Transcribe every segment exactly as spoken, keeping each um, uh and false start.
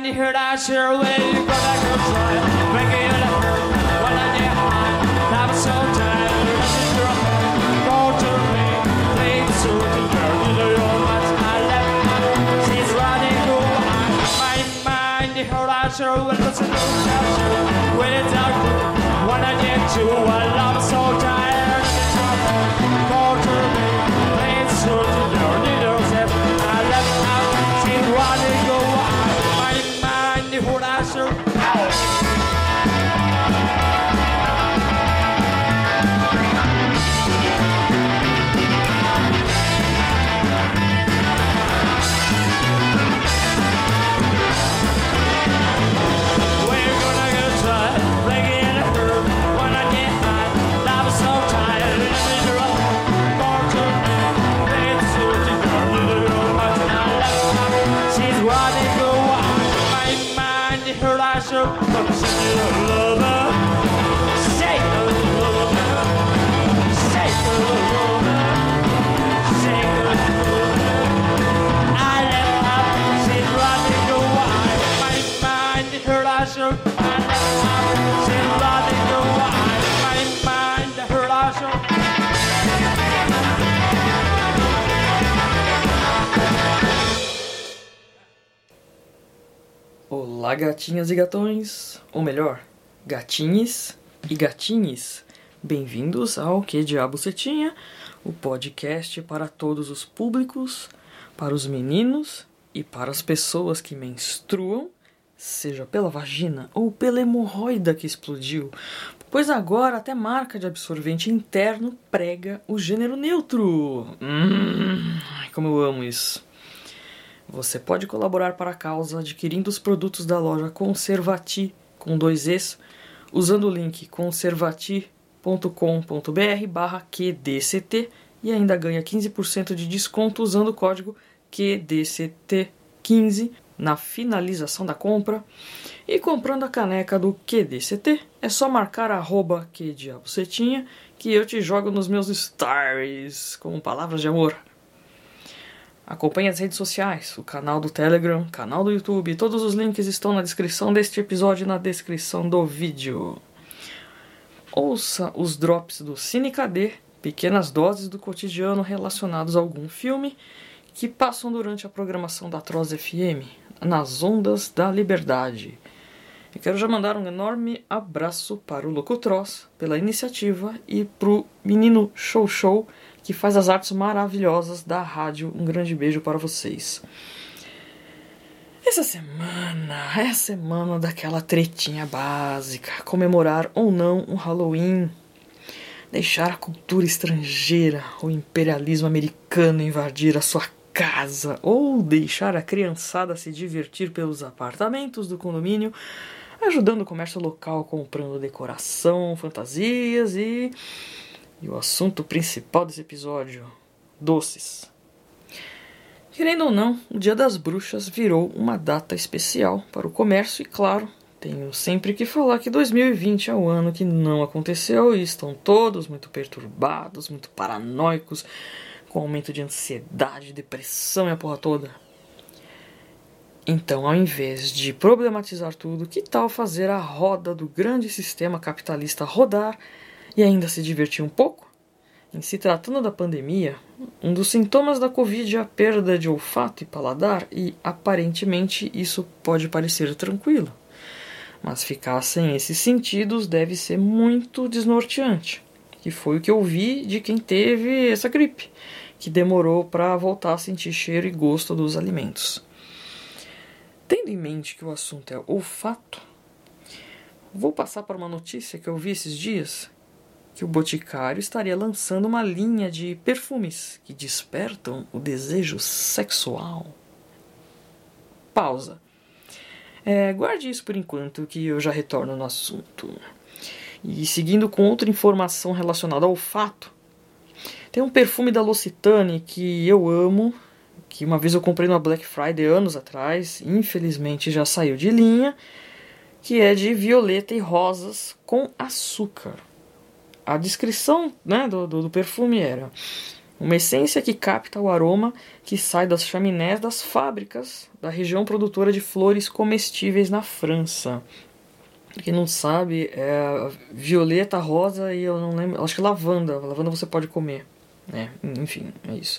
mind, you heard I sure will. You got that girl trying, making it a hurt. When I get high, I'm so tired. Listen to your head, go to me. Please, so to girl, you know your mind. I left, she's running away. My mind, you heard I sure will. Listen to your head, when it's out. When I get to, well, I'm so tired. Listen to your head, go to me. Please, so to girl, you know your mind. I left out, she's running away. My mind, you heard I sure will. Olá, gatinhas e gatões, ou melhor, gatinhas e gatinhas. Bem-vindos ao Que Diabo Você Tinha, o podcast para todos os públicos, para os meninos e para as pessoas que menstruam, seja pela vagina ou pela hemorroida que explodiu, pois agora até marca de absorvente interno prega o gênero neutro. Hum, como eu amo isso. Você pode colaborar para a causa adquirindo os produtos da loja Conservati, com dois Es, usando o link conservati ponto com ponto br barra Q D C T e ainda ganha quinze por cento de desconto usando o código Q D C T quinze na finalização da compra. E comprando a caneca do Q D C T, é só marcar arroba que diabo você tinha que eu te jogo nos meus stories com palavras de amor. Acompanhe as redes sociais, o canal do Telegram, canal do YouTube, todos os links estão na descrição deste episódio e na descrição do vídeo. Ouça os drops do Cine K D, pequenas doses do cotidiano relacionados a algum filme, que passam durante a programação da Troz F M, nas ondas da liberdade. E quero já mandar um enorme abraço para o Locutroz pela iniciativa e pro menino Show Show, que faz as artes maravilhosas da rádio. Um grande beijo para vocês. Essa semana é a semana daquela tretinha básica, comemorar ou não um Halloween, deixar a cultura estrangeira, o imperialismo americano invadir a sua casa, ou deixar a criançada se divertir pelos apartamentos do condomínio, ajudando o comércio local comprando decoração, fantasias e... E o assunto principal desse episódio, doces. Querendo ou não, o Dia das Bruxas virou uma data especial para o comércio e, claro, tenho sempre que falar que dois mil e vinte é o ano que não aconteceu e estão todos muito perturbados, muito paranoicos, com aumento de ansiedade, depressão e a porra toda. Então, ao invés de problematizar tudo, que tal fazer a roda do grande sistema capitalista rodar e ainda se divertir um pouco? Em se tratando da pandemia, um dos sintomas da Covid é a perda de olfato e paladar e, aparentemente, isso pode parecer tranquilo. Mas ficar sem esses sentidos deve ser muito desnorteante, que foi o que eu vi de quem teve essa gripe, que demorou para voltar a sentir cheiro e gosto dos alimentos. Tendo em mente que o assunto é olfato, vou passar para uma notícia que eu vi esses dias, que o Boticário estaria lançando uma linha de perfumes que despertam o desejo sexual. Pausa. É, guarde isso por enquanto, que eu já retorno no assunto. E seguindo com outra informação relacionada ao olfato, tem um perfume da L'Occitane que eu amo, que uma vez eu comprei na Black Friday anos atrás, infelizmente já saiu de linha, que é de violeta e rosas com açúcar. A descrição, né, do, do, do perfume era: Uma essência que capta o aroma que sai das chaminés das fábricas da região produtora de flores comestíveis na França. Quem não sabe, é violeta, rosa e eu não lembro, acho que lavanda. Lavanda você pode comer. É, enfim, é isso.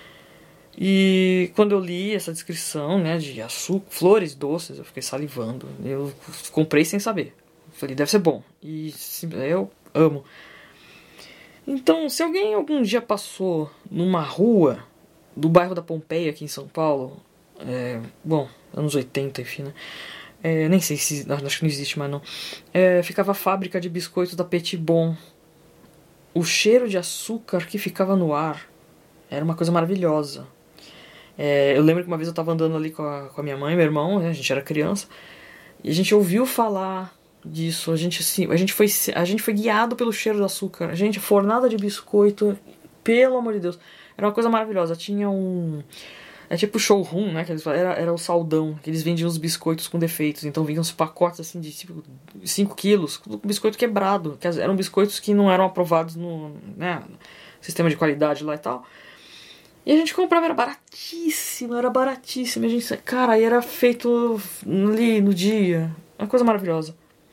E quando eu li essa descrição, né, de açúcar, flores doces, eu fiquei salivando. Eu comprei sem saber. Falei, deve ser bom. E eu amo. Então, se alguém algum dia passou numa rua do bairro da Pompeia, aqui em São Paulo, é, bom, anos oitenta, enfim, né? É, nem sei se, acho que não existe mais não. É, ficava a fábrica de biscoitos da Petit Bon. O cheiro de açúcar que ficava no ar era uma coisa maravilhosa. É, eu lembro que uma vez eu estava andando ali com a, com a minha mãe e meu irmão, né, a gente era criança, e a gente ouviu falar disso. A gente, assim, a gente, foi, a gente foi guiado pelo cheiro do açúcar. Gente, fornada de biscoito, pelo amor de Deus, era uma coisa maravilhosa. Tinha um... É tipo showroom, né? Que eles falam, era, era o saldão, que eles vendiam os biscoitos com defeitos. Então vinham uns pacotes assim de tipo, cinco quilos, com biscoito quebrado. Que eram biscoitos que não eram aprovados no, né, sistema de qualidade lá e tal. E a gente comprava, era baratíssimo, era baratíssimo. A gente, cara, aí era feito ali no dia. Uma coisa maravilhosa.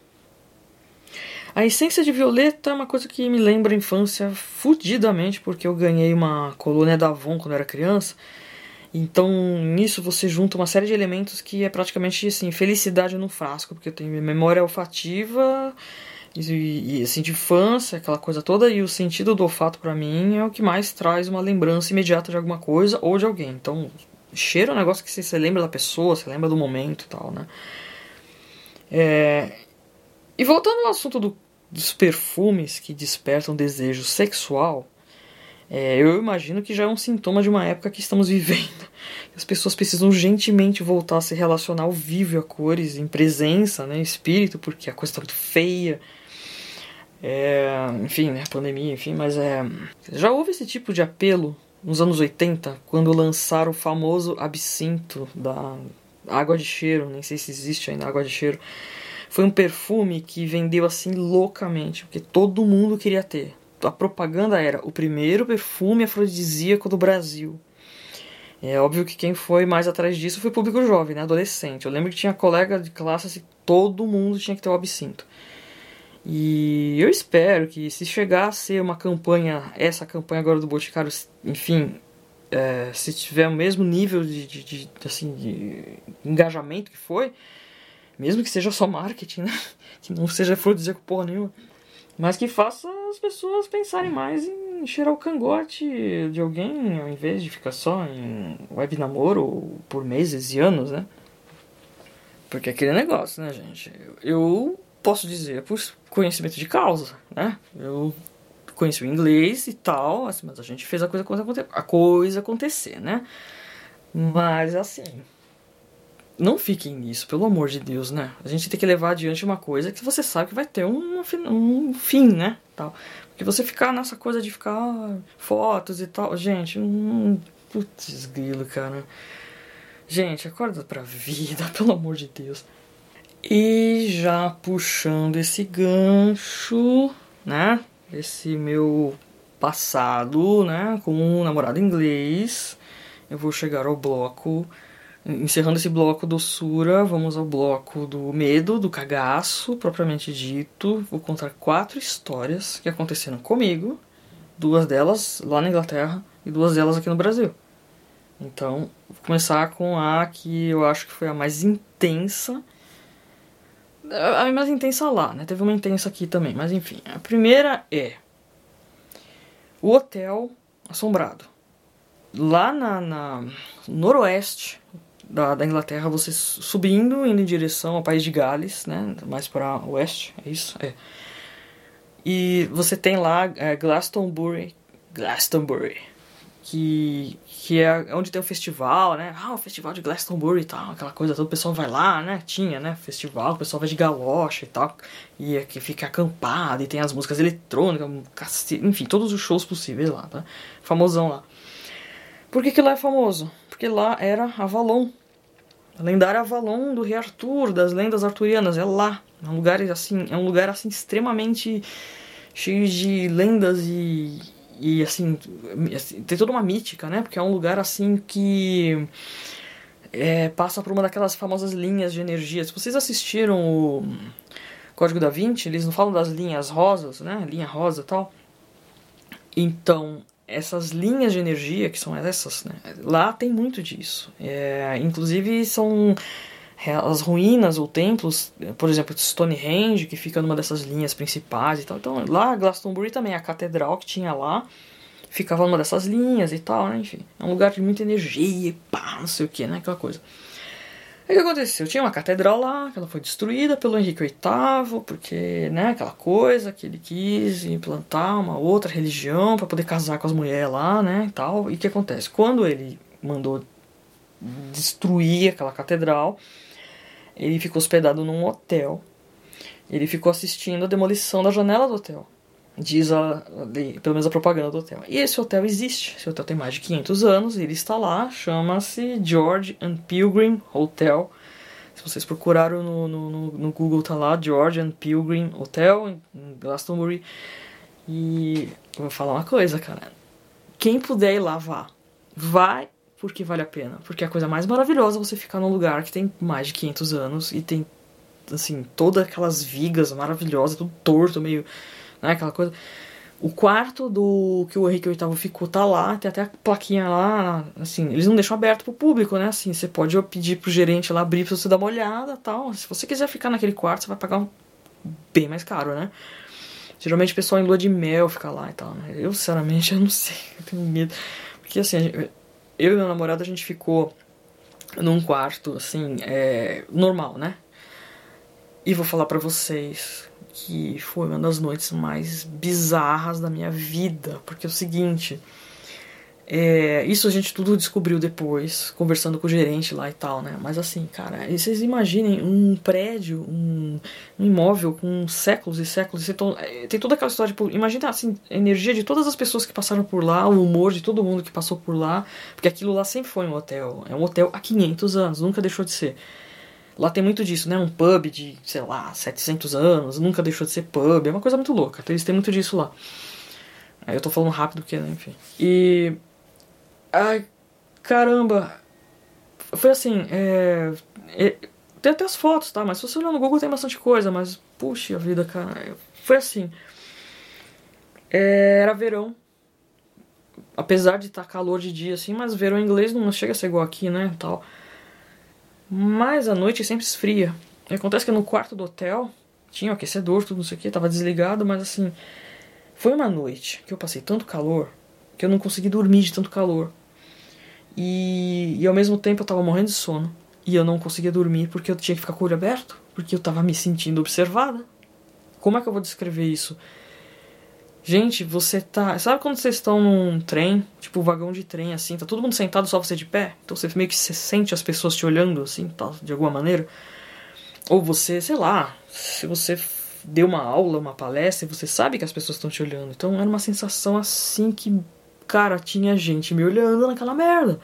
A essência de violeta é uma coisa que me lembra a infância fudidamente, porque eu ganhei uma colônia da Avon quando eu era criança. Então, nisso você junta uma série de elementos que é praticamente, assim, felicidade no frasco, porque eu tenho memória olfativa e, e assim, de infância, aquela coisa toda, e o sentido do olfato pra mim é o que mais traz uma lembrança imediata de alguma coisa ou de alguém. Então, cheiro é um negócio que você, você lembra da pessoa, você lembra do momento e tal, né? É... E voltando ao assunto do, dos perfumes que despertam desejo sexual, É, eu imagino que já é um sintoma de uma época que estamos vivendo. As pessoas precisam urgentemente voltar a se relacionar ao vivo, a cores, em presença, né, espírito, porque a coisa está muito feia. É, enfim, né, pandemia, enfim, mas é... Já houve esse tipo de apelo nos anos oitenta, quando lançaram o famoso absinto da água de cheiro, nem sei se existe ainda água de cheiro. Foi um perfume que vendeu assim loucamente, porque todo mundo queria ter. A propaganda era o primeiro perfume afrodisíaco do Brasil. É óbvio que quem foi mais atrás disso foi o público jovem, né, adolescente. Eu lembro que tinha colega de classe assim, todo mundo tinha que ter o absinto. E eu espero que se chegar a ser uma campanha, essa campanha agora do Boticário, enfim, é, se tiver o mesmo nível de, de, de, assim, de engajamento que foi, mesmo que seja só marketing, né, que não seja afrodisíaco porra nenhuma, mas que faça as pessoas pensarem mais em cheirar o cangote de alguém, ao invés de ficar só em web namoro por meses e anos, né? Porque é aquele negócio, né, gente? Eu posso dizer por conhecimento de causa, né? Eu conheci o inglês e tal, assim, mas a gente fez a coisa, a coisa acontecer, né? Mas, assim... Não fiquem nisso, pelo amor de Deus, né? A gente tem que levar adiante uma coisa que você sabe que vai ter um, um fim, né? Tal. Porque você ficar nessa coisa de ficar fotos e tal... Gente, hum, putz grilo, cara. Gente, acorda pra vida, pelo amor de Deus. E já puxando esse gancho, né? Esse meu passado, né? Com um namorado inglês, eu vou chegar ao bloco... Encerrando esse bloco doçura, vamos ao bloco do medo, do cagaço, propriamente dito. Vou contar quatro histórias que aconteceram comigo, duas delas lá na Inglaterra e duas delas aqui no Brasil. Então, vou começar com a que eu acho que foi a mais intensa. A mais intensa lá, né? Teve uma intensa aqui também, mas enfim. A primeira é o hotel assombrado. Lá na, na noroeste Da, da Inglaterra, você subindo, indo em direção ao país de Gales, né, mais para oeste, é isso? É. E você tem lá é, Glastonbury, Glastonbury, que, que é onde tem o festival, né, ah, o festival de Glastonbury e tal, aquela coisa toda, o pessoal vai lá, né, tinha, né, festival, o pessoal vai de galocha e tal, e aqui fica acampado, e tem as músicas eletrônicas, enfim, todos os shows possíveis lá, tá, famosão lá. Por que que lá é famoso? Porque lá era Avalon, a lendária Avalon do rei Arthur, das lendas arturianas, é lá. É um lugar assim, é um lugar assim extremamente cheio de lendas e, e assim, tem toda uma mítica, né? Porque é um lugar assim que é, passa por uma daquelas famosas linhas de energia. Se vocês assistiram o Código da Vinci, eles não falam das linhas rosas, né? Linha rosa e tal. Então, essas linhas de energia, que são essas, né? Lá tem muito disso. É, inclusive, são as ruínas ou templos, por exemplo, Stonehenge, que fica numa dessas linhas principais e tal. Então, lá, Glastonbury também, a catedral que tinha lá, ficava numa dessas linhas e tal, né? Enfim, é um lugar de muita energia, pá, não sei o que, né? Aquela coisa. Aí o que aconteceu? Tinha uma catedral lá, que ela foi destruída pelo Henrique oitavo, porque, né, aquela coisa que ele quis implantar uma outra religião para poder casar com as mulheres lá, né, e tal. E o que acontece? Quando ele mandou destruir aquela catedral, ele ficou hospedado num hotel. Ele ficou assistindo a demolição da janela do hotel. Diz a, pelo menos a propaganda do hotel. E esse hotel existe. Esse hotel tem mais de quinhentos anos. E ele está lá. Chama-se George and Pilgrim Hotel. Se vocês procuraram no, no, no Google, tá lá. George and Pilgrim Hotel em Glastonbury. E eu vou falar uma coisa, cara. Quem puder ir lá, vá. Vai porque vale a pena. Porque é a coisa mais maravilhosa você ficar num lugar que tem mais de quinhentos anos. E tem, assim, todas aquelas vigas maravilhosas. Tudo torto, meio... né, aquela coisa. O quarto do que o Henrique oitavo ficou tá lá, tem até a plaquinha lá, assim, eles não deixam aberto pro público, né, assim, você pode pedir pro gerente lá abrir pra você dar uma olhada e tal. Se você quiser ficar naquele quarto, você vai pagar um bem mais caro, né. Geralmente o pessoal em lua de mel fica lá e tal, né. Eu, sinceramente, eu não sei, eu tenho medo. Porque, assim, eu e meu namorado, a gente ficou num quarto, assim, é, normal, né. E vou falar pra vocês que foi uma das noites mais bizarras da minha vida. Porque é o seguinte... É, isso a gente tudo descobriu depois, conversando com o gerente lá e tal, né? Mas assim, cara, vocês imaginem um prédio, um, um imóvel com séculos e séculos. Tem toda aquela história, tipo, imagina assim, a energia de todas as pessoas que passaram por lá, o humor de todo mundo que passou por lá. Porque aquilo lá sempre foi um hotel. É um hotel há quinhentos anos, nunca deixou de ser. Lá tem muito disso, né? Um pub de, sei lá, setecentos anos, nunca deixou de ser pub. É uma coisa muito louca. Então eles têm muito disso lá. Aí eu tô falando rápido porque, né, enfim. E... ai, caramba. Foi assim, é... é... tem até as fotos, tá? Mas se você olhar no Google tem bastante coisa. Mas, puxa vida, cara. Foi assim. É... Era verão. Apesar de estar calor de dia, assim. Mas verão em inglês não chega a ser igual aqui, né? Tal. Mas a noite sempre esfria. E acontece que no quarto do hotel tinha um aquecedor, tudo não sei o que, tava desligado, mas assim, foi uma noite que eu passei tanto calor que eu não consegui dormir de tanto calor. E, e ao mesmo tempo eu tava morrendo de sono. E eu não conseguia dormir porque eu tinha que ficar com o olho aberto, porque eu tava me sentindo observada. Como é que eu vou descrever isso? Gente, você tá... sabe quando vocês estão num trem, tipo um vagão de trem, assim, tá todo mundo sentado, só você de pé? Então você meio que se sente as pessoas te olhando, assim, tá, de alguma maneira. Ou você, sei lá, se você deu uma aula, uma palestra, você sabe que as pessoas estão te olhando. Então era uma sensação assim que, cara, tinha gente me olhando naquela merda.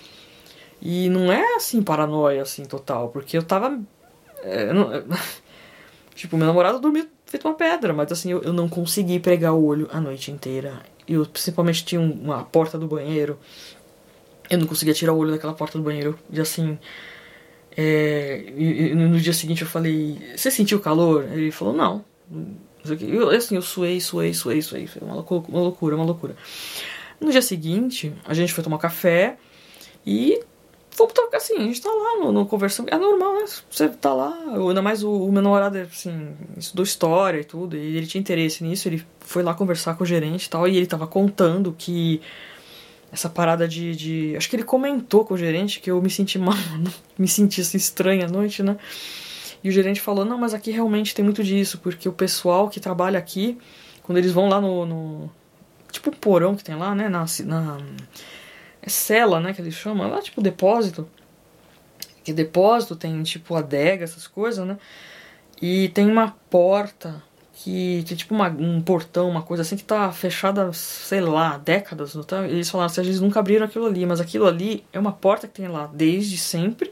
E não é, assim, paranoia, assim, total, porque eu tava... É, não, tipo, meu namorado dormiu feito uma pedra, mas assim, eu, eu não consegui pregar o olho a noite inteira. Eu principalmente tinha uma porta do banheiro, eu não conseguia tirar o olho daquela porta do banheiro. E assim, é, e, e no dia seguinte eu falei, você sentiu calor? Ele falou, não. Eu, assim, eu suei, suei, suei, suei. Foi uma loucura, uma loucura, uma loucura. No dia seguinte, a gente foi tomar café e... Fomos tocar assim, a gente tá lá no, no conversando. É normal, né? Você tá lá. Ainda mais o, o meu namorado, assim, estudou história e tudo. E ele tinha interesse nisso. Ele foi lá conversar com o gerente e tal. E ele tava contando que essa parada de, de... acho que ele comentou com o gerente que eu me senti mal. Me senti assim, estranha à noite, né? E o gerente falou, não, mas aqui realmente tem muito disso. Porque o pessoal que trabalha aqui, quando eles vão lá no... no tipo o porão que tem lá, né? Na... na é cela, né, que eles chamam, lá tipo depósito, que depósito tem tipo adega, essas coisas, né, e tem uma porta que, que é tipo uma, um portão, uma coisa assim que tá fechada, sei lá, décadas, não tá? Eles falaram assim, eles nunca abriram aquilo ali, mas aquilo ali é uma porta que tem lá desde sempre,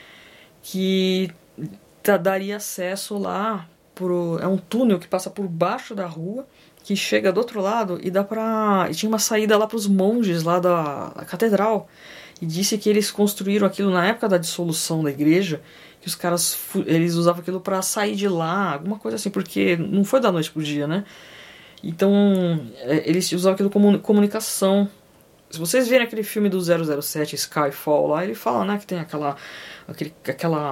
que tá, daria acesso lá pro, é um túnel que passa por baixo da rua, que chega do outro lado e dá pra... E tinha uma saída lá pros monges lá da, da catedral. E disse que eles construíram aquilo na época da dissolução da igreja, que os caras, eles usavam aquilo pra sair de lá, alguma coisa assim, porque não foi da noite pro dia, né? Então, eles usavam aquilo como comunicação. Se vocês verem aquele filme do zero zero sete, Skyfall, lá, ele fala, né, que tem aquela... Aquele, aquela...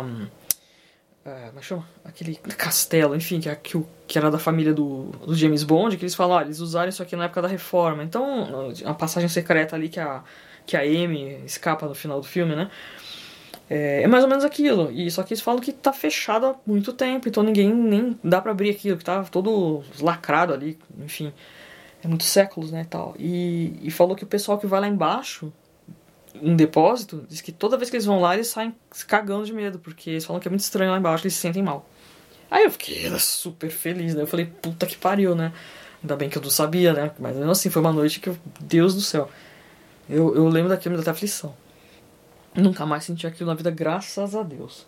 É, como chama? Aquele castelo, enfim, que, que, que era da família do, do James Bond, que eles falam, ah, eles usaram isso aqui na época da Reforma. Então, a passagem secreta ali que a, que a Amy escapa no final do filme, né? É, é mais ou menos aquilo. E só que eles falam que tá fechado há muito tempo, então ninguém nem dá pra abrir aquilo, que tá todo lacrado ali, enfim. É muitos séculos, né, tal. E, e falou que o pessoal que vai lá embaixo, um depósito, diz que toda vez que eles vão lá, eles saem se cagando de medo, porque eles falam que é muito estranho lá embaixo, eles se sentem mal. Aí eu fiquei super feliz, né? Eu falei, puta que pariu, né? Ainda bem que eu não sabia, né? Mas mesmo assim, foi uma noite que, eu, Deus do céu. Eu, eu lembro daquilo, me dá até aflição. Nunca mais senti aquilo na vida, graças a Deus.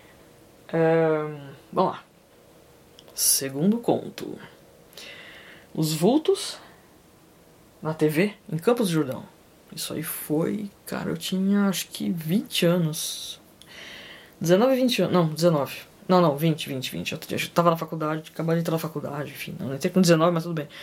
É... Vamos lá. Segundo conto. Os vultos na T V em Campos do Jordão. Isso aí foi... Cara, eu tinha acho que vinte anos. dezenove, vinte anos. Não, dezenove. Não, não, vinte, vinte, vinte. Eu tava na faculdade, acabei de entrar na faculdade, enfim. Não entrei com dezenove, mas tudo bem.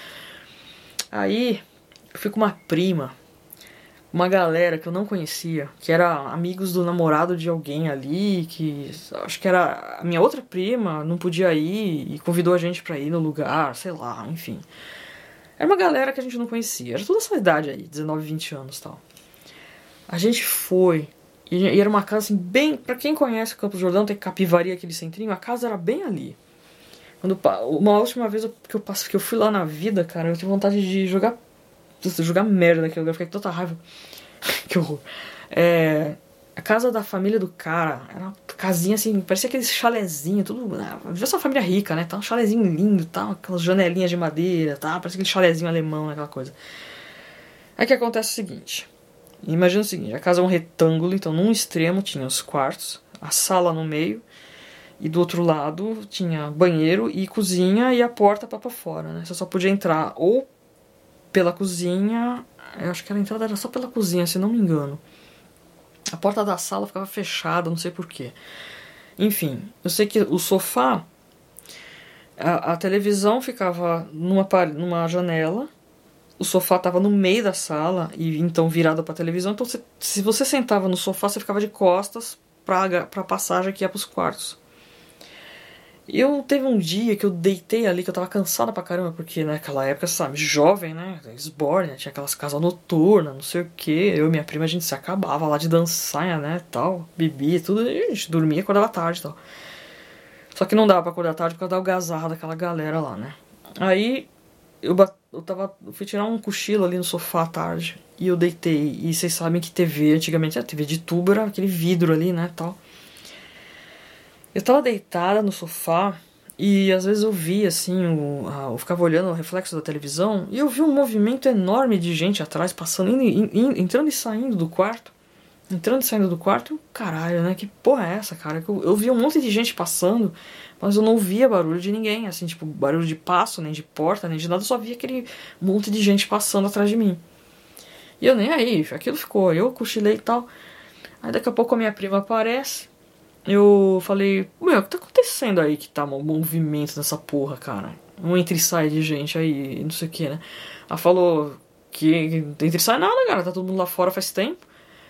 Aí, eu fui com uma prima, uma galera que eu não conhecia, que era amigos do namorado de alguém ali, que acho que era a minha outra prima, não podia ir e convidou a gente pra ir no lugar, sei lá, enfim. Era uma galera que a gente não conhecia, era toda essa idade aí, dezenove, vinte anos e tal. A gente foi, e era uma casa assim, bem... Pra quem conhece o Campos do Jordão, tem Capivari, aquele centrinho, a casa era bem ali. Quando, uma última vez que eu, que eu fui lá na vida, cara, eu tive vontade de jogar... jogar merda naquele lugar, eu fiquei com tanta raiva. Que horror. É... A casa da família do cara era uma casinha assim, parecia aqueles chalezinhos, tudo. Devia ser uma família rica, né? Tá um chalezinho lindo, tá? Aquelas janelinhas de madeira, tá? Parece aquele chalezinho alemão, aquela coisa. Aí que acontece o seguinte: imagina o seguinte, a casa é um retângulo, então num extremo tinha os quartos, a sala no meio, e do outro lado tinha banheiro e cozinha e a porta pra, pra fora, né? Você só podia entrar ou pela cozinha, eu acho que a entrada era só pela cozinha, se não me engano. A porta da sala ficava fechada, não sei porquê. Enfim, eu sei que o sofá, a, a televisão ficava numa, numa janela, o sofá estava no meio da sala, e então virado para a televisão. Então, se, se você sentava no sofá, você ficava de costas para a passagem que ia para os quartos. Eu teve um dia que eu deitei ali, que eu tava cansada pra caramba, porque naquela época, sabe, jovem, né, esborne, tinha aquelas casas noturnas, não sei o que, eu e minha prima, a gente se acabava lá de dançar, né, tal, bebia, tudo, e a gente dormia e acordava tarde e tal. Só que não dava pra acordar tarde por causa da algazarra daquela galera lá, né. Aí, eu, bat... eu tava, eu fui tirar um cochilo ali no sofá à tarde, e eu deitei, e vocês sabem que T V, antigamente, a T V de tubo era aquele vidro ali, né, tal. Eu tava deitada no sofá e às vezes eu via assim, o, a, eu ficava olhando o reflexo da televisão e eu vi um movimento enorme de gente atrás, passando, indo, in, entrando e saindo do quarto. Entrando e saindo do quarto, eu, caralho, né? Que porra é essa, cara? Eu, eu via um monte de gente passando, mas eu não via barulho de ninguém, assim, tipo, barulho de passo, nem de porta, nem de nada, eu só via aquele monte de gente passando atrás de mim. E eu nem aí, aquilo ficou, eu cochilei e tal. Aí daqui a pouco a minha prima aparece. Eu falei, meu, o que tá acontecendo aí que tá um movimento nessa porra, cara? Um entra e sai de gente aí, não sei o que, né? Ela falou que entra e sai nada, cara, tá todo mundo lá fora faz tempo.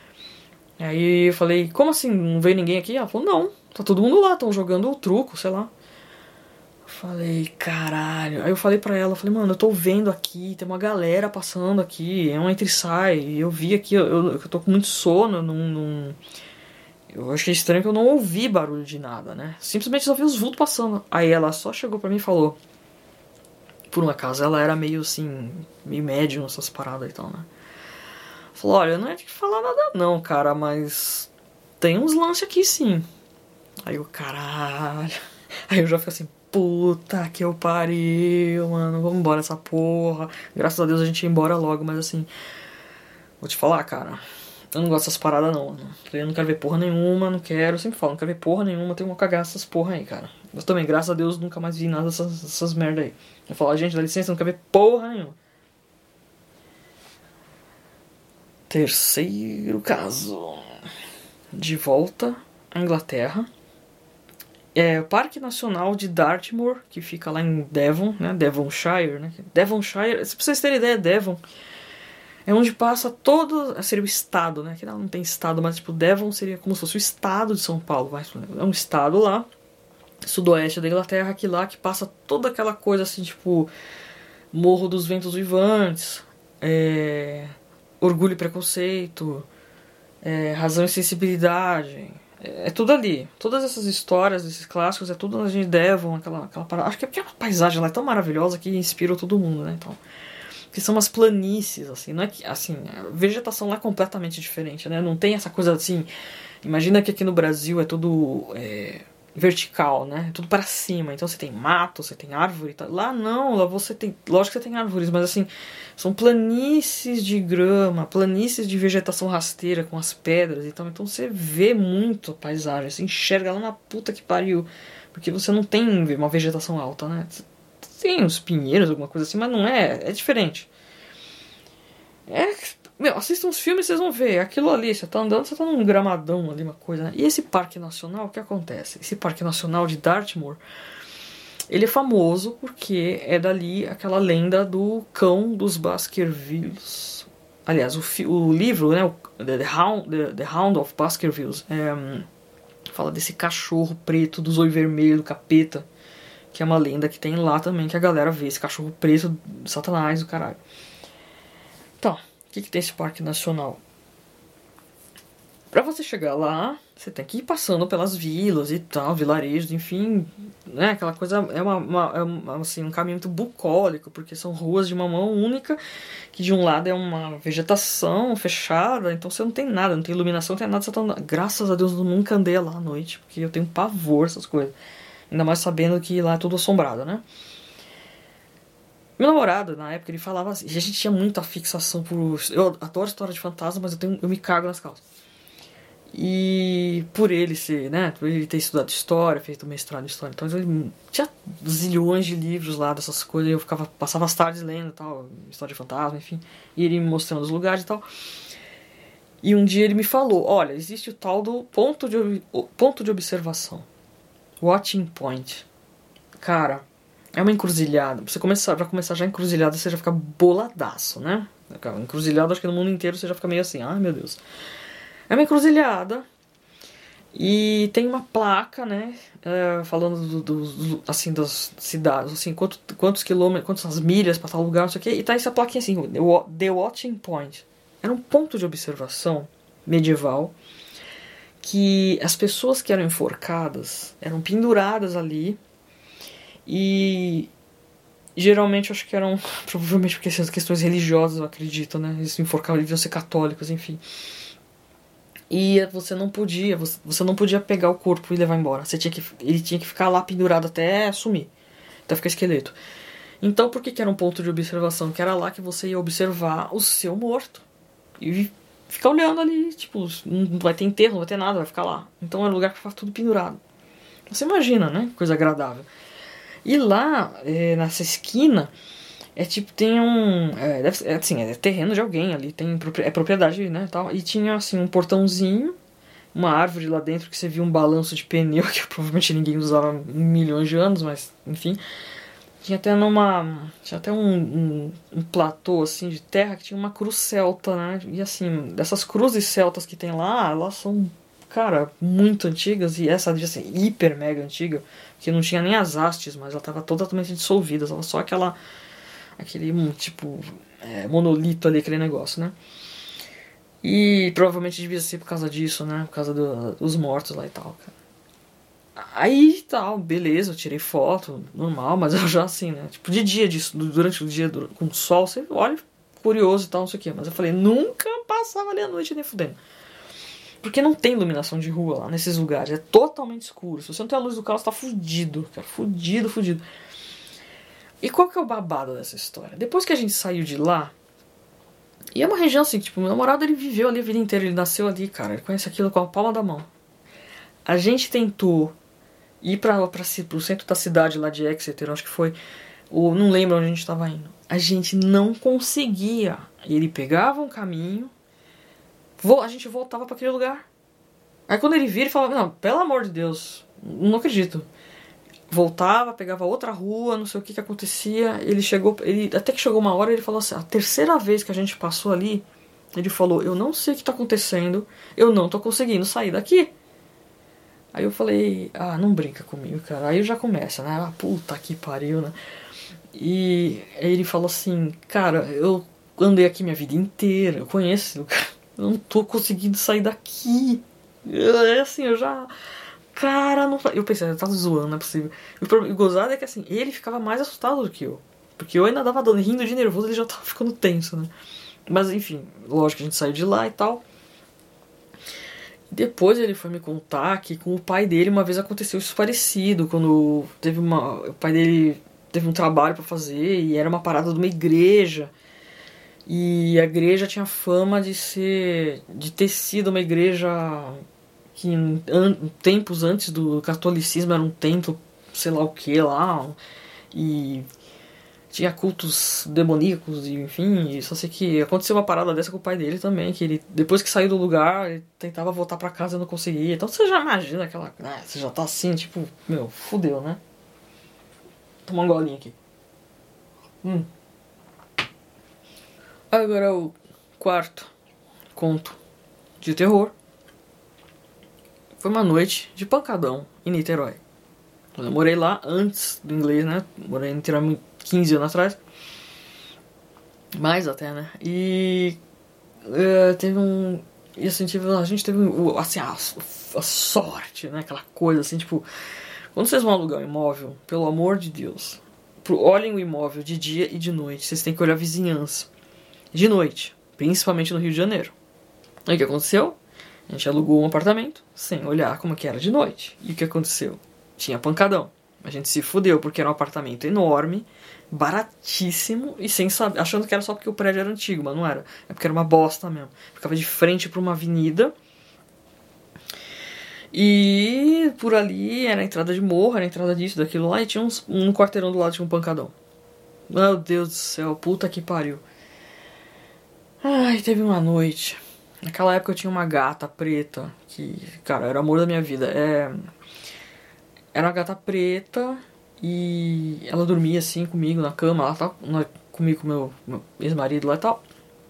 Aí eu falei, como assim, não veio ninguém aqui? Ela falou, não, tá todo mundo lá, tão jogando o truco, sei lá. Eu falei, caralho. Aí eu falei pra ela, eu falei, mano, eu tô vendo aqui, tem uma galera passando aqui, é um entra e sai. Eu vi aqui, eu, eu, eu tô com muito sono, não... não... Eu achei estranho que eu não ouvi barulho de nada, né? Simplesmente só vi os vultos passando. Aí ela só chegou pra mim e falou... Por um acaso, ela era meio assim... Meio médium, essas paradas e tal, né? Falou, olha, não é de falar nada não, cara, mas... Tem uns lances aqui, sim. Aí eu, caralho... Aí eu já fico assim... Puta que eu pariu, mano. Vamos embora essa porra. Graças a Deus a gente ia embora logo, mas assim... Vou te falar, cara... Eu não gosto dessas paradas, não. Eu não quero ver porra nenhuma, não quero. Eu sempre falo, não quero ver porra nenhuma, tenho uma cagar essas porra aí, cara. Mas também, graças a Deus, nunca mais vi nada dessas, dessas merda aí. Eu falo, gente, dá licença, não quero ver porra nenhuma. Terceiro caso. De volta à Inglaterra. É o Parque Nacional de Dartmoor, que fica lá em Devon, né? Devonshire, né? Devonshire, se vocês terem ideia, Devon é onde passa todo... Seria o estado, né? Que não tem estado, mas tipo, Devon seria como se fosse o estado de São Paulo. Vai. É um estado lá, sudoeste da Inglaterra, que lá que passa toda aquela coisa assim, tipo... Morro dos Ventos Vivantes, é... Orgulho e Preconceito, é... Razão e Sensibilidade... É tudo ali. Todas essas histórias, esses clássicos, é tudo na gente Devon, aquela, aquela parada. Acho que é porque a paisagem lá é tão maravilhosa que inspirou todo mundo, né? Então, que são umas planícies, assim. Não é que, assim, a vegetação lá é completamente diferente, né? Não tem essa coisa assim. Imagina que aqui no Brasil é tudo é, vertical, né? É tudo para cima. Então você tem mato, você tem árvore e tal. Lá não, lá você tem. Lógico que você tem árvores, mas assim, são planícies de grama, planícies de vegetação rasteira com as pedras e tal. Então você vê muito a paisagem, você enxerga lá na puta que pariu. Porque você não tem uma vegetação alta, né? Tem uns pinheiros, alguma coisa assim, mas não é. É diferente. É. Meu, assistam uns filmes e vocês vão ver. Aquilo ali, você tá andando, você tá num gramadão ali, uma coisa, né? E esse parque nacional, o que acontece? Esse parque nacional de Dartmoor, ele é famoso porque é dali aquela lenda do cão dos Baskervilles. Aliás, o, fi, o livro, né, o The Hound, The, The Hound of Baskervilles, é, fala desse cachorro preto do zóio vermelho, do capeta, que é uma lenda que tem lá também, que a galera vê esse cachorro preto do Satanás, do caralho. Então, o que, que tem esse parque nacional? Pra você chegar lá, você tem que ir passando pelas vilas e tal, vilarejos, enfim, né? Aquela coisa é, uma, uma, é uma, assim, um caminho muito bucólico, porque são ruas de uma mão única, que de um lado é uma vegetação fechada, então você não tem nada, não tem iluminação, não tem nada, você tá andando. Graças a Deus eu nunca andei lá à noite, porque eu tenho pavor essas coisas. Ainda mais sabendo que lá é tudo assombrado, né? Meu namorado, na época, ele falava assim, e a gente tinha muita fixação por... Eu adoro história de fantasma, mas eu, tenho, eu me cago nas calças. E por ele ser, né, por ele ter estudado história, feito mestrado em história, então ele tinha zilhões de livros lá dessas coisas, eu ficava, passava as tardes lendo e tal, história de fantasma, enfim, e ele me mostrando os lugares e tal. E um dia ele me falou, olha, existe o tal do ponto de, ponto de observação, watching point. Cara, é uma encruzilhada. Você começar, pra começar já encruzilhada, você já fica boladaço, né? Encruzilhada, acho que no mundo inteiro você já fica meio assim, ai meu Deus. É uma encruzilhada. E tem uma placa, né? É, falando do, do, do, assim, das cidades, assim, quanto, quantos quilômetros, quantas milhas pra tal lugar, não sei o quê. E tá essa plaquinha assim, The Watching Point. Era um ponto de observação medieval que as pessoas que eram enforcadas eram penduradas ali. E geralmente eu acho que eram, provavelmente porque essas questões religiosas, eu acredito, né? Eles se enforcavam, deviam ser católicos, enfim. E você não podia, você, você não podia pegar o corpo e levar embora. Você tinha que, ele tinha que ficar lá pendurado até sumir, até ficar esqueleto. Então por que que era um ponto de observação? Que era lá que você ia observar o seu morto. E ficar olhando ali, tipo, não vai ter enterro, não vai ter nada, vai ficar lá. Então era um lugar que ficava tudo pendurado. Você imagina, né? Coisa agradável. E lá, é, nessa esquina, é tipo, tem um... É, deve ser, é, assim, é terreno de alguém ali, tem, é propriedade, né, tal. E tinha, assim, um portãozinho, uma árvore lá dentro que você via um balanço de pneu, que provavelmente ninguém usava há milhões de anos, mas, enfim. Tinha até numa... Tinha até um, um, um platô, assim, de terra que tinha uma cruz celta, né. E, assim, dessas cruzes celtas que tem lá, elas são... Cara, muito antigas, e essa devia ser hiper mega antiga, que não tinha nem as hastes, mas ela tava totalmente dissolvida, tava só aquela, aquele tipo, é, monolito ali, aquele negócio, né? E provavelmente devia ser por causa disso, né? Por causa do, dos mortos lá e tal, cara. Aí tal, beleza, eu tirei foto, normal, mas eu já assim, né? Tipo, de dia disso, durante o dia com o sol, você olha, curioso e tal, não sei o que, mas eu falei, nunca passava ali a noite nem fudendo. Porque não tem iluminação de rua lá nesses lugares. É totalmente escuro. Se você não tem a luz do carro, você tá fudido, cara. Fudido, fudido. E qual que é o babado dessa história? Depois que a gente saiu de lá, E é uma região assim, tipo, meu namorado ele viveu ali a vida inteira, ele nasceu ali, cara, ele conhece aquilo com a palma da mão. A gente tentou ir pra, pra, pro centro da cidade lá de Exeter, acho que foi, ou não lembro onde a gente tava indo. A gente não conseguia. Ele pegava um caminho, a gente voltava pra aquele lugar. Aí quando ele via, ele falava, não, pelo amor de Deus, não acredito. Voltava, pegava outra rua, não sei o que que acontecia. Ele chegou, ele até que chegou uma hora, ele falou assim, a terceira vez que a gente passou ali, ele falou, eu não sei o que tá acontecendo, eu não tô conseguindo sair daqui. Aí eu falei, ah, não brinca comigo, cara. Aí já começa, né? Ah, puta que pariu, né? E aí ele falou assim, cara, eu andei aqui minha vida inteira, eu conheço, eu não tô conseguindo sair daqui. É assim, eu já... Cara, não... Eu pensei, eu tava zoando, não é possível. E o gozado é que assim, ele ficava mais assustado do que eu. Porque eu ainda dava dando, rindo de nervoso, ele já tava ficando tenso, né? Mas enfim, lógico que a gente saiu de lá e tal. Depois ele foi me contar que com o pai dele uma vez aconteceu isso parecido. Quando teve uma... O pai dele teve um trabalho pra fazer e era uma parada de uma igreja. E a igreja tinha fama de ser... de ter sido uma igreja... que em an- tempos antes do catolicismo era um templo, sei lá o que lá, e tinha cultos demoníacos, e, enfim, e só sei que aconteceu uma parada dessa com o pai dele também, que ele, depois que saiu do lugar, ele tentava voltar pra casa e não conseguia. Então você já imagina aquela... Ah, você já tá assim, tipo, meu, fudeu, né? Toma um golinho aqui. Hum. Agora o quarto conto de terror. Foi uma noite de pancadão em Niterói. Eu morei lá antes do inglês, né? Morei em Niterói quinze anos atrás. Mais até, né? E... Uh, teve um... E assim, tive, a gente teve assim, a, a sorte, né? Aquela coisa assim, tipo... Quando vocês vão alugar um imóvel, pelo amor de Deus, olhem o imóvel de dia e de noite. Vocês têm que olhar a vizinhança. De noite, principalmente no Rio de Janeiro. Aí o que aconteceu? A gente alugou um apartamento sem olhar como que era de noite. E o que aconteceu? Tinha pancadão. A gente se fudeu porque era um apartamento enorme, baratíssimo, e sem saber, achando que era só porque o prédio era antigo, mas não era. É porque era uma bosta mesmo. Ficava de frente para uma avenida. E por ali era a entrada de morro, era a entrada disso, daquilo lá, e tinha uns, um quarteirão do lado, tinha um pancadão. Meu Deus do céu, puta que pariu. Ai, teve uma noite... Naquela época eu tinha uma gata preta, que, cara, era o amor da minha vida. É... Era uma gata preta e ela dormia assim comigo na cama, lá, tá, comigo com meu, meu ex-marido lá e tal.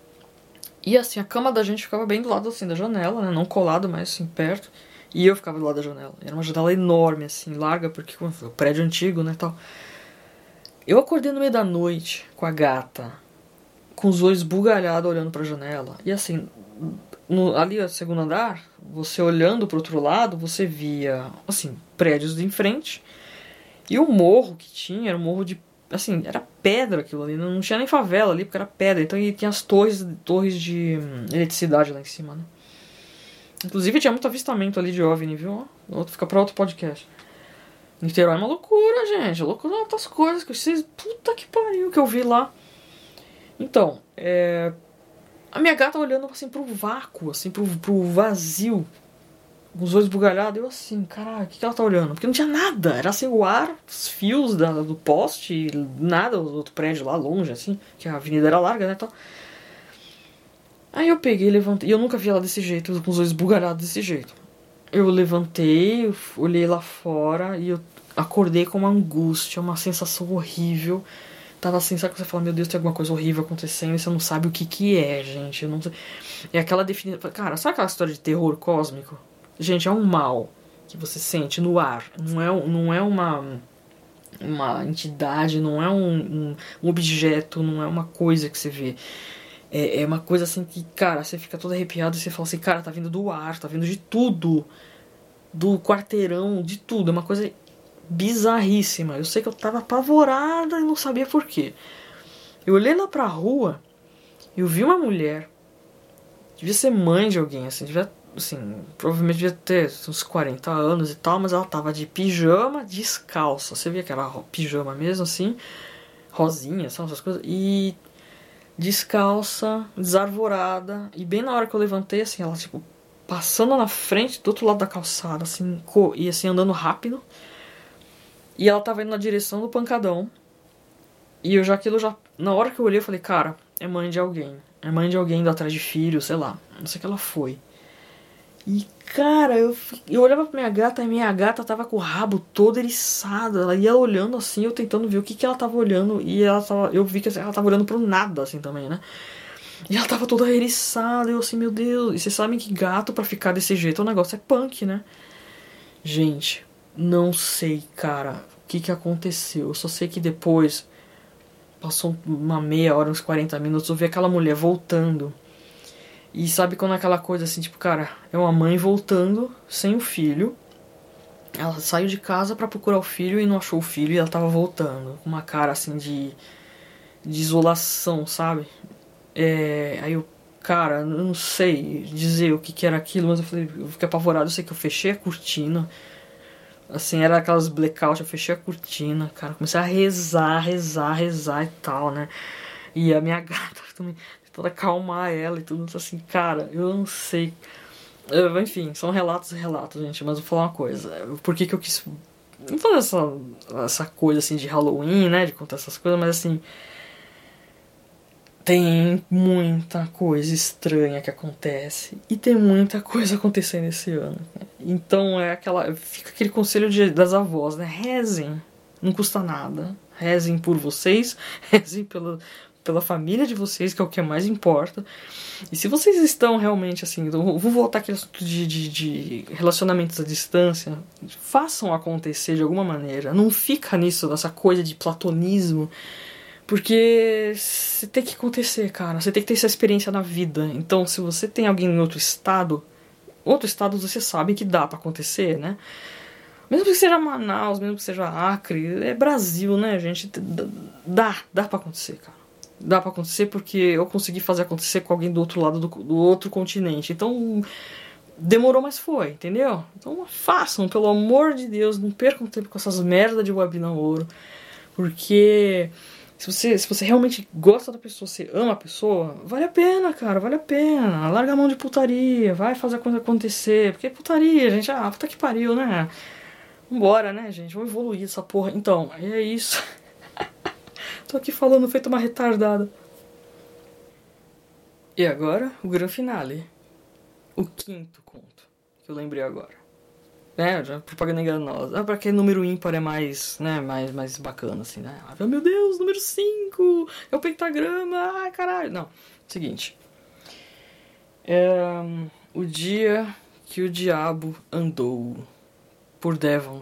E assim, a cama da gente ficava bem do lado assim da janela, né? Não colado, mas assim, perto. E eu ficava do lado da janela. Era uma janela enorme, assim, larga, porque o prédio antigo, né, tal. Eu acordei no meio da noite com a gata, com os olhos bugalhados olhando pra janela. E assim... No, ali no segundo andar, você olhando pro outro lado, você via, assim, prédios em frente. E o morro que tinha era um morro de, assim, era pedra aquilo ali. Não tinha nem favela ali, porque era pedra. Então e tinha as torres, torres de hum, eletricidade lá em cima, né? Inclusive tinha muito avistamento ali de OVNI, viu? Outro, fica pra outro podcast. Niterói é uma loucura, gente. Loucura outras coisas que vocês... Puta que pariu que eu vi lá. Então, é... A minha gata olhando assim pro vácuo, assim, pro, pro vazio, com os olhos bugalhados, eu assim, caralho, o que, que ela tá olhando? Porque não tinha nada, era assim o ar, os fios da, do poste, nada, o outro prédio lá longe, assim, que a avenida era larga, né, tal. Aí eu peguei, levantei, e eu nunca vi ela desse jeito, com os olhos bugalhados desse jeito. Eu levantei, eu olhei lá fora e eu acordei com uma angústia, uma sensação horrível. Tava assim, sabe que você fala, meu Deus, tem alguma coisa horrível acontecendo e você não sabe o que que é, gente. Eu não sei. É aquela definição... Cara, sabe aquela história de terror cósmico? Gente, é um mal que você sente no ar. Não é, não é uma, uma entidade, não é um, um, um objeto, não é uma coisa que você vê. É, é uma coisa assim que, cara, você fica todo arrepiado e você fala assim, cara, tá vindo do ar, tá vindo de tudo. Do quarteirão, de tudo. É uma coisa... bizarríssima. Eu sei que eu tava apavorada e não sabia por quê. Eu olhei lá pra rua, eu vi uma mulher, devia ser mãe de alguém, assim, devia, assim, provavelmente devia ter uns quarenta anos e tal, mas ela tava de pijama, descalça. Você via que era pijama mesmo, assim, rosinha, sabe, essas coisas. E descalça, desarvorada, e bem na hora que eu levantei, assim, ela, tipo, passando na frente, do outro lado da calçada, assim, e assim, andando rápido, e ela tava indo na direção do pancadão, e eu já, aquilo já, na hora que eu olhei, eu falei, cara, é mãe de alguém, é mãe de alguém indo atrás de filho, sei lá, não sei o que ela foi. E, cara, eu, eu olhava pra minha gata e minha gata tava com o rabo todo eriçado. Ela ia olhando assim, eu tentando ver o que que ela tava olhando. E ela tava, eu vi que ela tava olhando pro nada, assim, também, né? E ela tava toda eriçada. Eu assim, meu Deus. E vocês sabem que gato, pra ficar desse jeito, o negócio é punk, né? Gente, não sei, cara, o que que aconteceu. Eu só sei que depois, passou uma meia hora, uns quarenta minutos, eu vi aquela mulher voltando. E sabe quando é aquela coisa assim, tipo, cara, é uma mãe voltando sem o filho. Ela saiu de casa pra procurar o filho e não achou o filho e ela tava voltando. Com uma cara assim de, de isolação, sabe? É, aí eu, cara, eu não sei dizer o que que era aquilo, mas eu falei, eu fiquei apavorado, eu sei que eu fechei a cortina. Assim, era aquelas blackout, eu fechei a cortina, cara, comecei a rezar, rezar, rezar e tal, né? E a minha gata também, tentando acalmar ela e tudo, assim, cara, eu não sei. Eu, enfim, são relatos e relatos, gente, mas vou falar uma coisa. Por que que eu quis. Não fazer essa, essa coisa assim de Halloween, né? De contar essas coisas, mas assim. Tem muita coisa estranha que acontece. E tem muita coisa acontecendo esse ano. Então é aquela. Fica aquele conselho de, das avós, né? Rezem. Não custa nada. Rezem por vocês. Rezem pela, pela família de vocês, que é o que mais importa. E se vocês estão realmente assim. Eu vou voltar aquele assunto de, de, de relacionamentos à distância. Façam acontecer de alguma maneira. Não fica nisso, nessa coisa de platonismo. Porque você tem que acontecer, cara. Você tem que ter essa experiência na vida. Então, se você tem alguém em outro estado, outro estado você sabe que dá pra acontecer, né? Mesmo que seja Manaus, mesmo que seja Acre, é Brasil, né, gente? Dá, dá pra acontecer, cara. Dá pra acontecer porque eu consegui fazer acontecer com alguém do outro lado do, do outro continente. Então, demorou, mas foi, entendeu? Então, façam, pelo amor de Deus, não percam tempo com essas merdas de web namoro. Porque... Se você, se você realmente gosta da pessoa, você ama a pessoa, vale a pena, cara, vale a pena. Larga a mão de putaria, vai fazer a coisa acontecer. Porque putaria, gente, ah, puta que pariu, né? Vambora, né, gente? Vamos evoluir essa porra. Então, é isso. Tô aqui falando feito uma retardada. E agora, o grande finale. O quinto conto, que eu lembrei agora. É, já propaganda enganosa. Ah, porque número ímpar é mais, né, mais, mais bacana, assim, né? Ah, meu Deus, número cinco! É o pentagrama! Ai, caralho! Não, seguinte. É, o dia que o diabo andou por Devon.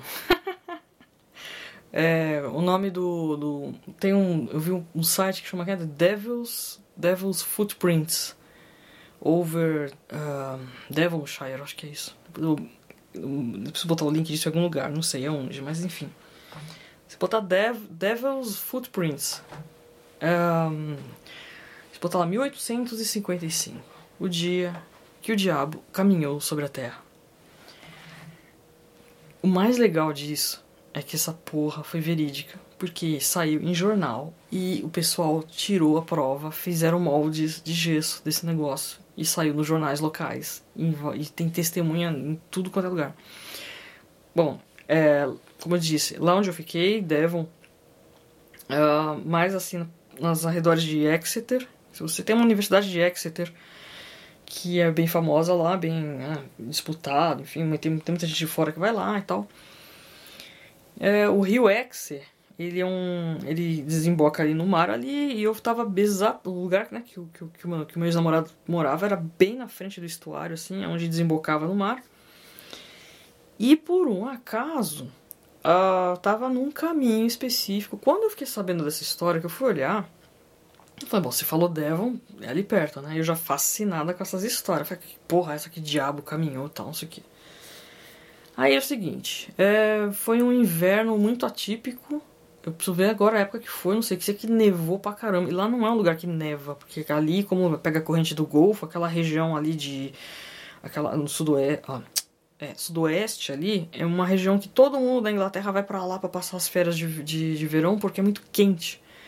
É, o nome do, do... Tem um... Eu vi um, um site que chama que é Devil's, Devil's Footprints. Over... Uh, Devonshire, acho que é isso. Eu, Eu preciso botar o link disso em algum lugar, não sei aonde, mas enfim. Se botar Dev, Devil's Footprints, um, se botar lá mil oitocentos e cinquenta e cinco, o dia que o diabo caminhou sobre a Terra. O mais legal disso é que essa porra foi verídica, porque saiu em jornal e o pessoal tirou a prova, fizeram moldes de gesso desse negócio e saiu nos jornais locais e, e tem testemunha em tudo quanto é lugar. Bom, é, como eu disse, lá onde eu fiquei, Devon, uh, mais assim nas arredores de Exeter. Se você tem uma universidade de Exeter que é bem famosa lá, bem ah, disputada, enfim, tem, tem muita gente de fora que vai lá e tal. É, o rio Exe, ele é um, ele desemboca ali no mar ali, e eu tava exato, o lugar, né, que, que, que, o meu, que o meu ex-namorado morava era bem na frente do estuário, assim, onde desembocava no mar. E por um acaso, uh, tava num caminho específico. Quando eu fiquei sabendo dessa história, que eu fui olhar, eu falei, bom, você falou Devon, é ali perto, né? Eu já fascinada com essas histórias. Eu falei, que porra, essa que diabo caminhou e tal, não sei o que. Aí é o seguinte, é, foi um inverno muito atípico. Eu preciso ver agora a época que foi, não sei, que sei que nevou pra caramba. E lá não é um lugar que neva, porque ali, como pega a corrente do Golfo, aquela região ali de... aquela no sudoeste, ó, é, sudoeste ali, é uma região que todo mundo da Inglaterra vai pra lá pra passar as férias de, de, de verão, porque é muito quente.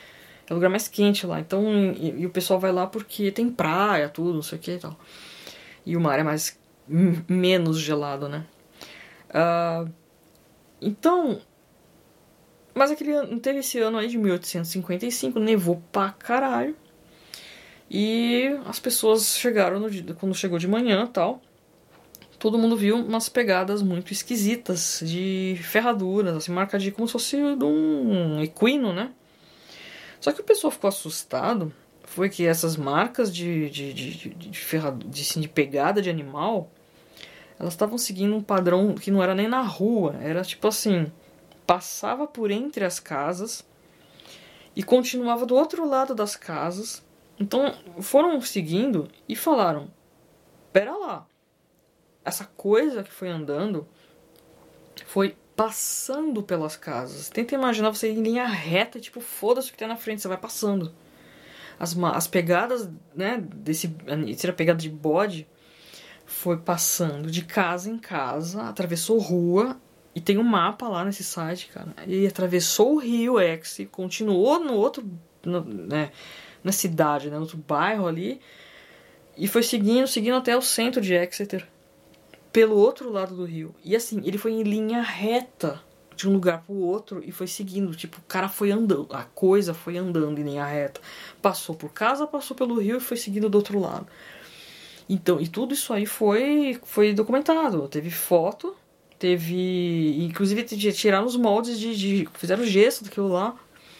É o lugar mais quente lá. Então, e, e o pessoal vai lá porque tem praia, tudo, não sei o que e tal. E o mar é mais menos gelado, né? Uh, então, mas aquele ano, teve esse ano aí de mil oitocentos e cinquenta e cinco, nevou pra caralho. E as pessoas chegaram no dia, quando chegou de manhã e tal, todo mundo viu umas pegadas muito esquisitas de ferraduras, assim, marca de como se fosse de um equino, né? Só que o pessoal ficou assustado, foi que essas marcas de, de, de, de, de, ferradu- de, assim, de pegada de animal, elas estavam seguindo um padrão que não era nem na rua, era tipo assim, passava por entre as casas e continuava do outro lado das casas. Então foram seguindo e falaram, pera lá, essa coisa que foi andando foi passando pelas casas. Tenta imaginar você em linha reta, tipo, foda-se o que tem na frente, você vai passando. As, as pegadas, né, desse, essa pegada de bode foi passando de casa em casa, atravessou rua, e tem um mapa lá nesse site, cara, e atravessou o rio Exe, continuou no outro, no, né, na cidade, né, no outro bairro ali, e foi seguindo, seguindo até o centro de Exeter, pelo outro lado do rio. E assim, ele foi em linha reta de um lugar pro outro e foi seguindo. Tipo, o cara foi andando, a coisa foi andando em linha reta. Passou por casa, passou pelo rio e foi seguindo do outro lado. Então, e tudo isso aí foi, foi documentado. Teve foto, teve... Inclusive, tiraram os moldes de... de fizeram gesso daquilo lá.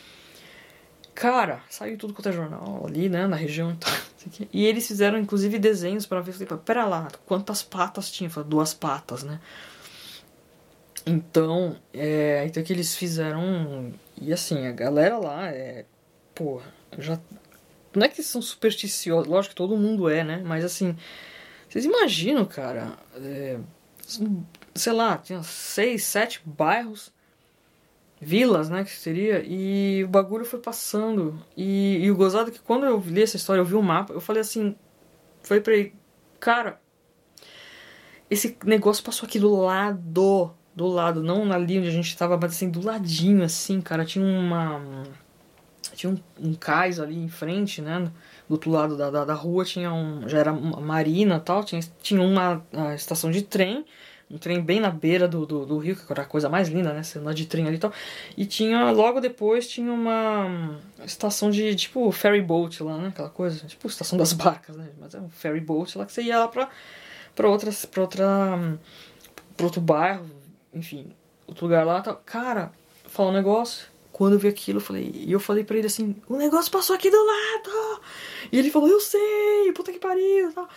Cara, saiu tudo quanto é jornal ali, né, na região. Então, e eles fizeram, inclusive, desenhos pra ver. Falei, pera lá, quantas patas tinha? Falei, duas patas, né? Então, é, então que eles fizeram... E assim, a galera lá é... Porra, já... Não é que são supersticiosos, lógico que todo mundo é, né? Mas assim, vocês imaginam, cara... É, sei lá, tinha seis, sete bairros... Vilas, né, que seria, e o bagulho foi passando, e, e o gozado é que quando eu li essa história, eu vi o mapa, eu falei assim, falei pra ele, cara, esse negócio passou aqui do lado, do lado, não ali onde a gente tava, mas assim, do ladinho, assim, cara, tinha uma, tinha um, um cais ali em frente, né, do outro lado da, da, da rua tinha um, já era uma marina e tal, tinha, tinha uma a estação de trem, um trem bem na beira do, do, do rio, que era a coisa mais linda, né? Você andar de trem ali e tal. E tinha, logo depois, tinha uma estação de, tipo, ferry boat lá, né? Aquela coisa, tipo, estação das barcas, né? Mas é um ferry boat lá que você ia lá pra, pra, outras, pra outra... pra outro bairro, enfim, outro lugar lá. Tal. Cara, falar um negócio... Quando eu vi aquilo, eu falei... E eu falei pra ele assim... O negócio passou aqui do lado! E ele falou... Eu sei! Puta que pariu! Tal.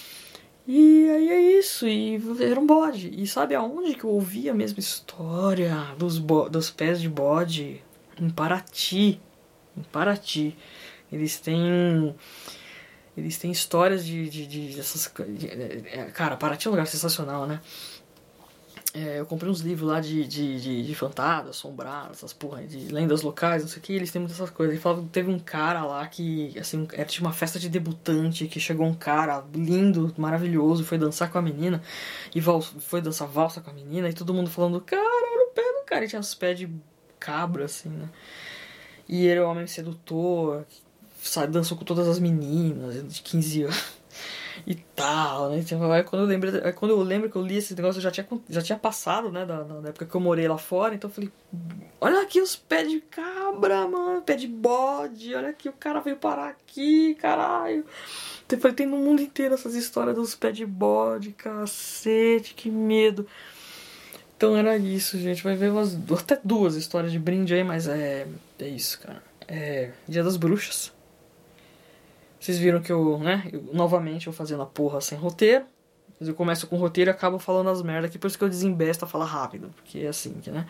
E aí é isso, e era um bode. E sabe aonde que eu ouvi a mesma história dos, dos pés de bode? Em Paraty. Em Paraty. Eles têm... Eles têm histórias de... de, de dessas, de, cara, Paraty é um lugar sensacional, né? É, eu comprei uns livros lá de, de, de, de fantasma, assombrado, essas porra, de lendas locais, não sei o que, eles têm muitas essas coisas. Ele falava que teve um cara lá que, assim, era tipo uma festa de debutante, que chegou um cara lindo, maravilhoso, foi dançar com a menina, e foi dançar valsa com a menina, e todo mundo falando, cara, olha o pé do cara, e tinha uns pés de cabra, assim, né? E ele é um homem sedutor, sabe, dançou com todas as meninas, de quinze anos. E tal, né? Aí quando eu lembro, aí quando eu lembro que eu li esse negócio, eu já tinha, já tinha passado, né? Da, da época que eu morei lá fora. Então eu falei, olha aqui os pés de cabra, mano, pé de bode. Olha aqui, o cara veio parar aqui, caralho. Eu falei, tem no mundo inteiro essas histórias dos pés de bode, cacete, que medo. Então era isso, gente. Vai ver umas, até duas histórias de brinde aí, mas é, é isso, cara. É Dia das Bruxas. Vocês viram que eu, né, eu, novamente eu fazendo a porra sem roteiro. Eu começo com o roteiro e acabo falando as merdas aqui, por isso que eu desembesto a falar rápido, porque é assim, né?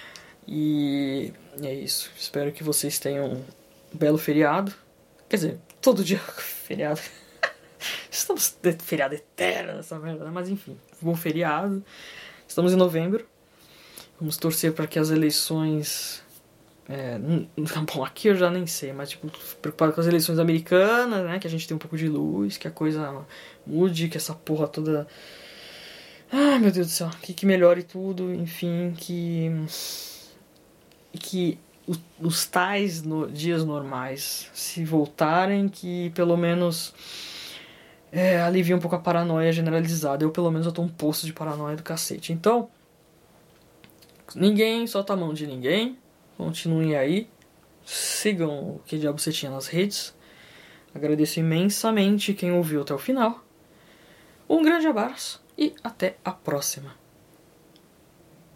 E é isso. Espero que vocês tenham um belo feriado. Quer dizer, todo dia feriado. Estamos de feriado eterno essa merda, né? Mas enfim, bom feriado. Estamos em novembro. Vamos torcer para que as eleições... É, bom, aqui eu já nem sei, mas tipo, preocupado com as eleições americanas, né? Que a gente tem um pouco de luz, que a coisa mude, que essa porra toda... Ai, meu Deus do céu, que, que melhore tudo, enfim, que... Que os, os tais no, dias normais se voltarem, que pelo menos é, alivia um pouco a paranoia generalizada. Eu, pelo menos, eu tô um poço de paranoia do cacete. Então, ninguém solta a mão de ninguém. Continuem aí. Sigam o Que Diabo Você Tinha nas redes. Agradeço imensamente quem ouviu até o final. Um grande abraço e até a próxima.